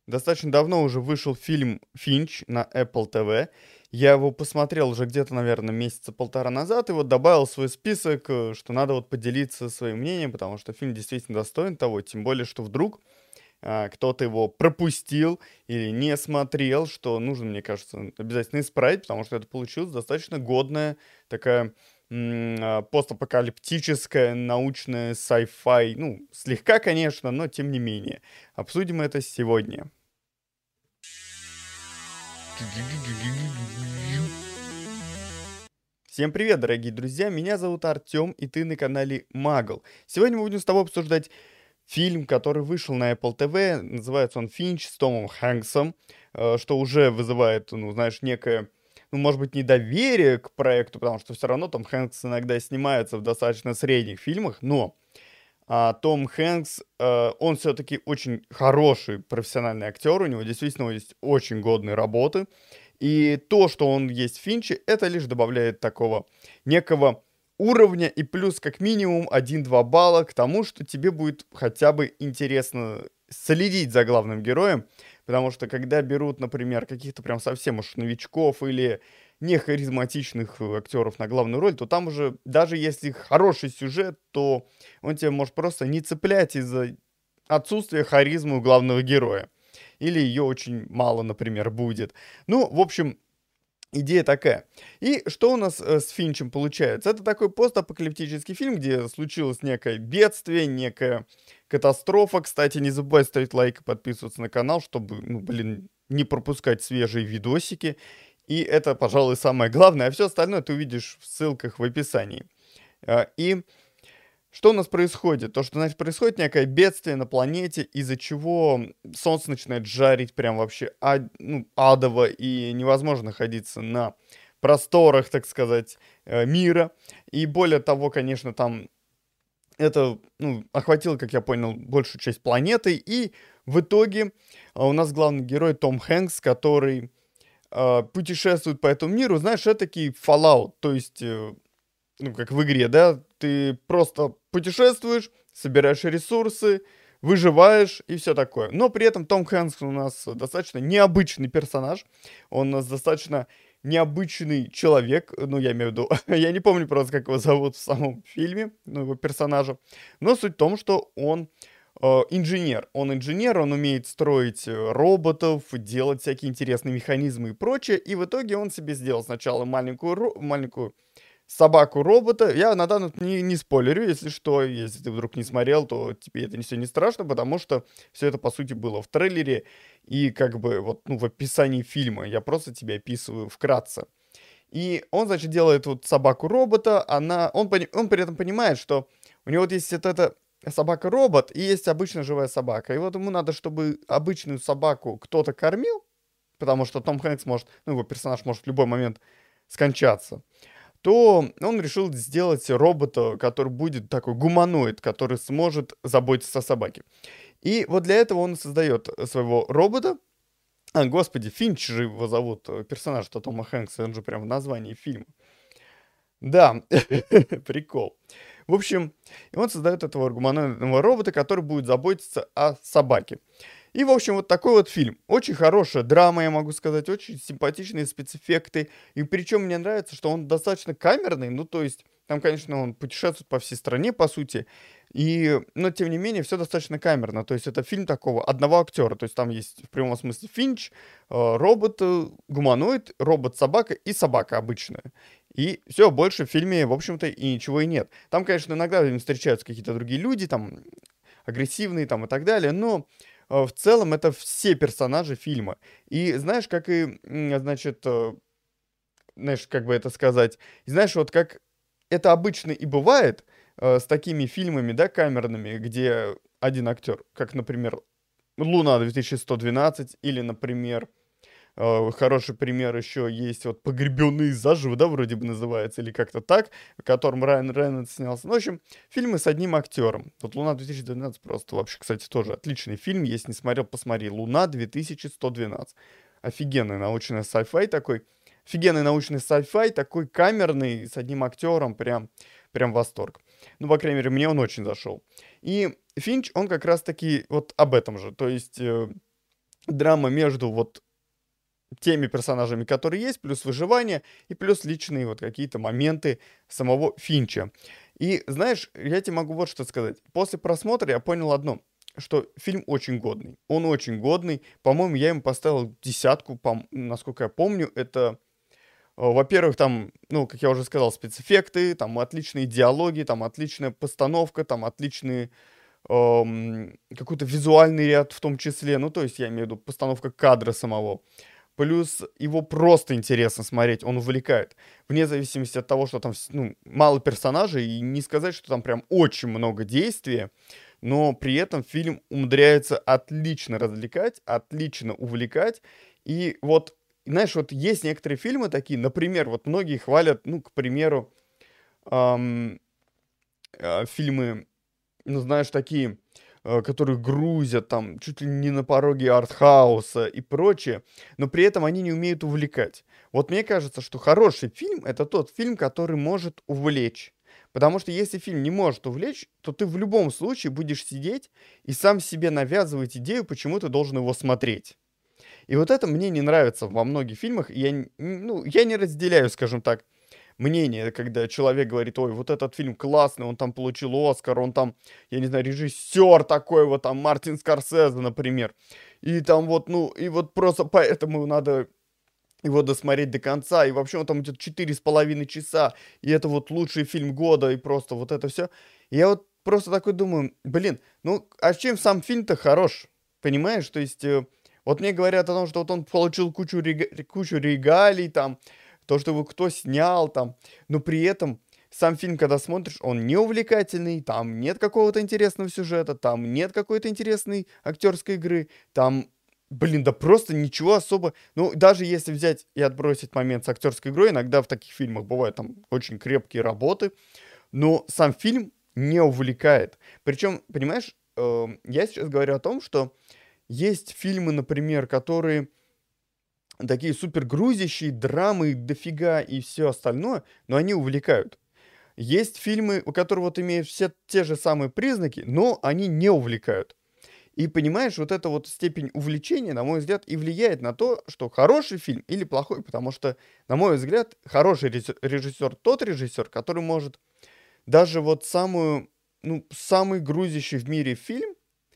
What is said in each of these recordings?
Достаточно давно уже вышел фильм «Финч» на Apple TV. Я его посмотрел уже где-то, наверное, месяца полтора назад и вот добавил в свой список, что надо вот поделиться своим мнением, потому что фильм действительно достоин того, тем более, что вдруг кто-то его пропустил или не смотрел, что нужно, мне кажется, обязательно исправить, потому что это получилась достаточно годная такая постапокалиптическая научная sci-fi, ну, слегка, конечно, но тем не менее. Обсудим это сегодня. Всем привет, дорогие друзья! Меня зовут Артем, и ты на канале Магл. Сегодня мы будем с тобой обсуждать фильм, который вышел на Apple TV. Называется он «Финч» с Томом Хэнксом, что уже вызывает, ну, знаешь, некое, ну, может быть, недоверие к проекту, потому что все равно Том Хэнкс иногда снимается в достаточно средних фильмах, но Том Хэнкс, он все-таки очень хороший профессиональный актер, у него действительно есть очень годные работы. И то, что он есть в Финче, это лишь добавляет такого некого уровня и плюс как минимум 1-2 балла к тому, что тебе будет хотя бы интересно следить за главным героем, потому что когда берут, например, каких-то прям совсем уж новичков или не харизматичных актеров на главную роль, то там уже, даже если хороший сюжет, то он тебя может просто не цеплять из-за отсутствия харизмы у главного героя. Или ее очень мало, например, будет. Ну, в общем, идея такая. И что у нас с Финчем получается? Это такой постапокалиптический фильм, где случилось некое бедствие, некая катастрофа. Кстати, не забывай ставить лайк и подписываться на канал, чтобы, ну, блин, не пропускать свежие видосики. И это, пожалуй, самое главное. А все остальное ты увидишь в ссылках в описании. И что у нас происходит? То, что, значит, происходит некое бедствие на планете, из-за чего Солнце начинает жарить прям вообще ну, адово, и невозможно находиться на просторах, так сказать, мира. И более того, конечно, там это, ну, охватило, как я понял, большую часть планеты. И в итоге у нас главный герой Том Хэнкс, который путешествует по этому миру. Знаешь, это такие Fallout, то есть ну, как в игре, да, ты просто путешествуешь, собираешь ресурсы, выживаешь и все такое. Но при этом Том Хэнкс у нас достаточно необычный персонаж, он у нас достаточно необычный человек, ну, я имею в виду, я не помню просто, как его зовут в самом фильме, ну, его персонажа, но суть в том, что он инженер. Он инженер, он умеет строить роботов, делать всякие интересные механизмы и прочее, и в итоге он себе сделал сначала маленькую собаку-робота. Я на данный момент не спойлерю, если что. Если ты вдруг не смотрел, то тебе это все не страшно, потому что все это, по сути, было в трейлере и как бы вот, ну, в описании фильма. Я просто тебе описываю вкратце. И он, значит, делает вот собаку-робота, он при этом понимает, что у него вот есть вот эта собака-робот и есть обычная живая собака. И вот ему надо, чтобы обычную собаку кто-то кормил, потому что Том Хэнкс может, ну, его персонаж может в любой момент скончаться, то он решил сделать робота, который будет такой гуманоид, который сможет заботиться о собаке. И вот для этого он создает своего робота. Господи, Финч же его зовут, персонаж-то Тома Хэнкса, он же прям в названии фильма. Да, прикол. В общем, и он создает этого гуманоидного робота, который будет заботиться о собаке. И, в общем, вот такой вот фильм. Очень хорошая драма, я могу сказать, очень симпатичные спецэффекты. И причем мне нравится, что он достаточно камерный, ну, то есть, там, конечно, он путешествует по всей стране, по сути, но, тем не менее, все достаточно камерно. То есть, это фильм такого одного актера. То есть, там есть в прямом смысле Финч, робот, гуманоид, робот-собака и собака обычная. И все, больше в фильме, в общем-то, и ничего и нет. Там, конечно, иногда встречаются какие-то другие люди, там, агрессивные, там, и так далее, но в целом это все персонажи фильма. И знаешь, как и, значит, знаешь, как бы это сказать, и знаешь, вот как это обычно и бывает с такими фильмами, да, камерными, где один актер, как, например, «Луна 2112» или, например, хороший пример еще есть вот «Погребенные заживо», да, вроде бы называется, или как-то так, в котором Райан Рейнольдс снялся. Ну, в общем, фильмы с одним актером. Вот «Луна-2012» просто вообще, кстати, тоже отличный фильм. Если не смотрел, посмотри. «Луна-2112». Офигенный научный sci-fi такой. Офигенный научный sci-fi, такой камерный, с одним актером, прям восторг. Ну, по крайней мере, мне он очень зашел. И Финч, он как раз-таки вот об этом же. То есть драма между вот теми персонажами, которые есть, плюс выживание и плюс личные вот какие-то моменты самого Финча. И знаешь, я тебе могу вот что сказать. После просмотра я понял одно, что фильм очень годный. Он очень годный. По-моему, я ему поставил десятку, насколько я помню. Это, во-первых, там, ну, как я уже сказал, спецэффекты, там отличные диалоги, там отличная постановка, там отличные какой-то визуальный ряд в том числе. Ну, то есть я имею в виду постановка кадра самого. Плюс его просто интересно смотреть, он увлекает. Вне зависимости от того, что там ну, мало персонажей, и не сказать, что там прям очень много действия, но при этом фильм умудряется отлично развлекать, отлично увлекать. И вот, знаешь, вот есть некоторые фильмы такие, например, вот многие хвалят, ну, к примеру, ам, фильмы, ну, знаешь, такие, которые грузят там чуть ли не на пороге артхауса и прочее, но при этом они не умеют увлекать. Вот мне кажется, что хороший фильм — это тот фильм, который может увлечь. Потому что если фильм не может увлечь, то ты в любом случае будешь сидеть и сам себе навязывать идею, почему ты должен его смотреть. И вот это мне не нравится во многих фильмах. И ну, я не разделяю, скажем так, мнение, когда человек говорит: ой, вот этот фильм классный, он там получил Оскар, он там, я не знаю, режиссер такой, вот там Мартин Скорсезе, например. И там вот, ну, и вот просто поэтому надо его досмотреть до конца, и вообще он там идет 4,5 часа, и это вот лучший фильм года, и просто вот это все. Я вот просто такой думаю, блин, ну, а чем сам фильм-то хорош? Понимаешь? То есть, вот мне говорят о том, что вот он получил кучу регалий, там, то, что его кто снял, там, но при этом сам фильм, когда смотришь, он не увлекательный, там нет какого-то интересного сюжета, там нет какой-то интересной актерской игры, там, блин, да просто ничего особо. Ну, даже если взять и отбросить момент с актерской игрой, иногда в таких фильмах бывают там очень крепкие работы, но сам фильм не увлекает. Причем, понимаешь, я сейчас говорю о том, что есть фильмы, например, которые такие супер грузящие, драмы дофига и все остальное, но они увлекают. Есть фильмы, у которых вот имеют все те же самые признаки, но они не увлекают. И понимаешь, вот эта вот степень увлечения, на мой взгляд, и влияет на то, что хороший фильм или плохой, потому что, на мой взгляд, хороший режиссер тот режиссер, который может даже вот самую, ну, самый грузящий в мире фильм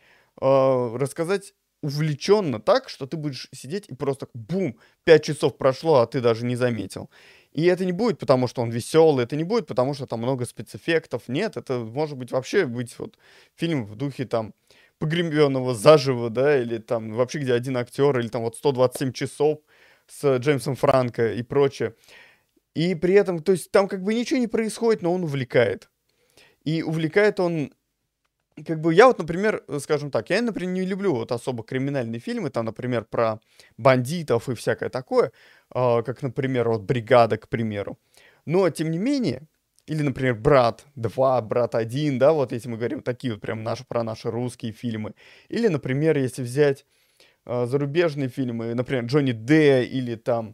рассказать увлеченно так, что ты будешь сидеть и просто бум, 5 часов прошло, а ты даже не заметил. И это не будет потому, что он веселый, это не будет потому, что там много спецэффектов. Нет, это может быть вообще быть вот фильм в духе там погребенного заживо, да, или там вообще где один актер, или там вот 127 часов с Джеймсом Франко и прочее. И при этом, то есть там как бы ничего не происходит, но он увлекает. И увлекает он как бы я вот, например, скажем так, я, например, не люблю вот особо криминальные фильмы, там, например, про бандитов и всякое такое, как, например, вот «Бригада», к примеру. Но, тем не менее, или, например, «Брат 2», «Брат 1», да, вот если мы говорим такие вот прям про наши русские фильмы. Или, например, если взять зарубежные фильмы, например, Джонни Д. или там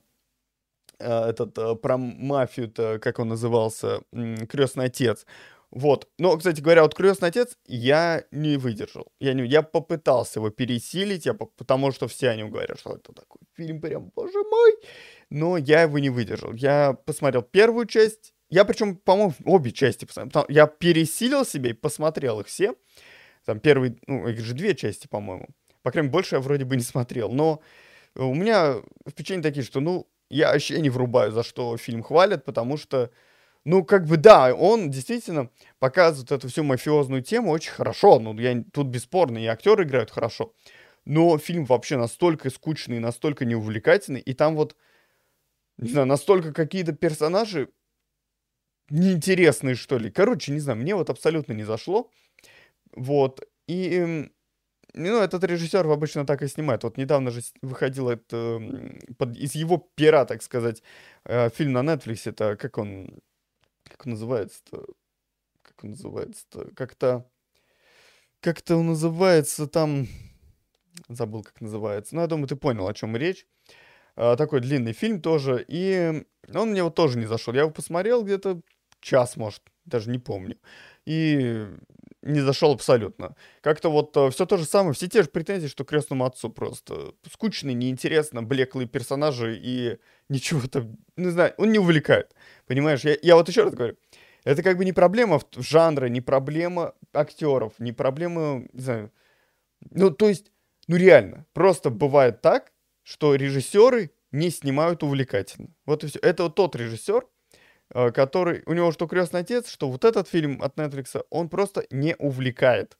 про мафию-то, как он назывался, «Крестный отец». Вот. Но, кстати говоря, вот «Крестный отец» я не выдержал. Я попытался его пересилить, потому что все о нем говорят, что это такой фильм прям, боже мой. Но я его не выдержал. Я посмотрел первую часть. Я причем, по-моему, обе части посмотрел. Я пересилил себе и посмотрел их все. Там первые, ну, их же две части, по-моему. По крайней мере, больше я вроде бы не смотрел. Но у меня впечатления такие, что, ну, я вообще не врубаю, за что фильм хвалят, потому что, ну, как бы, да, он действительно показывает эту всю мафиозную тему очень хорошо. Ну, тут бесспорно, и актеры играют хорошо. Но фильм вообще настолько скучный, настолько неувлекательный, и там вот, не знаю, настолько какие-то персонажи неинтересные, что ли. Короче, не знаю, мне вот абсолютно не зашло. Вот. И ну, этот режиссер обычно так и снимает. Вот недавно же выходил из его пера, так сказать, фильм на Netflix. Это как он называется-то? Как он называется-то? Как-то он называется там, забыл, как называется. Ну, я думаю, ты понял, о чем речь. Такой длинный фильм тоже. И он мне вот тоже не зашел. Я его посмотрел где-то час, может, даже не помню. И не зашел абсолютно. Как-то вот все то же самое, все те же претензии, что к «Крестному отцу» просто. Скучно, неинтересно, блеклые персонажи и ничего там, не знаю, он не увлекает. Понимаешь, я вот еще раз говорю, это как бы не проблема жанра, не проблема актеров, не проблема, не знаю, ну, то есть, ну реально, просто бывает так, что режиссеры не снимают увлекательно. Вот и все. Это вот тот режиссер, который, у него что «Крестный отец», что вот этот фильм от Netflix, он просто не увлекает.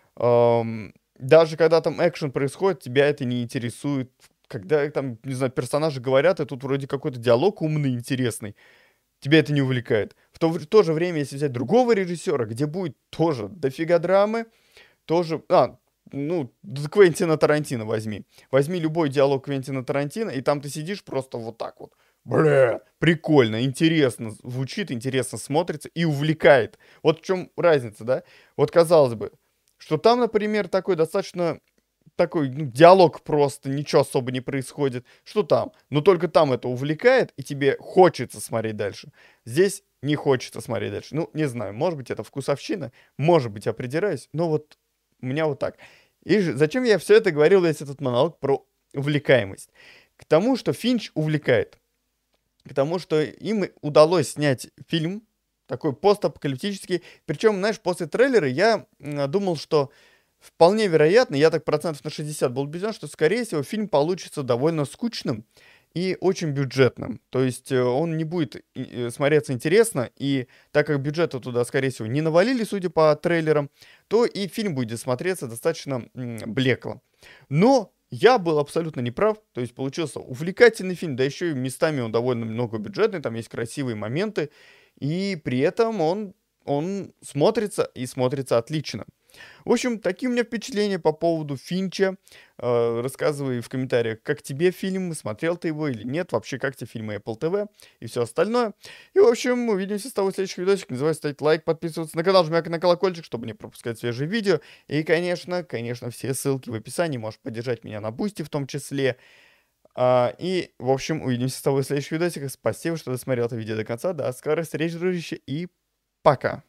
Даже когда там экшен происходит, тебя это не интересует. Когда там, не знаю, персонажи говорят, и тут вроде какой-то диалог умный, интересный, тебя это не увлекает. В то же время, если взять другого режиссера, где будет тоже дофига драмы, тоже, ну, Квентина Тарантино возьми. Возьми любой диалог Квентина Тарантино, и там ты сидишь просто вот так вот. Бля, прикольно, интересно звучит, интересно смотрится и увлекает. Вот в чем разница, да? Вот казалось бы, что там, например, такой достаточно такой, ну, диалог просто, ничего особо не происходит. Что там? Но только там это увлекает, и тебе хочется смотреть дальше. Здесь не хочется смотреть дальше. Ну, не знаю, может быть, это вкусовщина, может быть, я придираюсь, но вот у меня вот так. И зачем я все это говорил, весь этот монолог про увлекаемость? К тому, что Финч увлекает. К тому, что им удалось снять фильм, такой постапокалиптический. Причем, знаешь, после трейлера я думал, что вполне вероятно, я так процентов на 60 был убежден, что, скорее всего, фильм получится довольно скучным и очень бюджетным. То есть он не будет смотреться интересно, и так как бюджета туда, скорее всего, не навалили, судя по трейлерам, то и фильм будет смотреться достаточно блекло. Но я был абсолютно неправ, то есть получился увлекательный фильм, да еще и местами он довольно многобюджетный, там есть красивые моменты, и при этом он смотрится и смотрится отлично. В общем, такие у меня впечатления по поводу Финча. Рассказывай в комментариях, как тебе фильм, смотрел ты его или нет, вообще как тебе фильмы Apple TV и все остальное. И, в общем, увидимся с тобой в следующих видосиках. Не забывай ставить лайк, подписываться на канал, жмяк на колокольчик, чтобы не пропускать свежие видео. И, конечно, все ссылки в описании. Можешь поддержать меня на Бусти в том числе. И, в общем, увидимся с тобой в следующих видосиках. Спасибо, что досмотрел это видео до конца. До скорой встречи, дружище, и пока.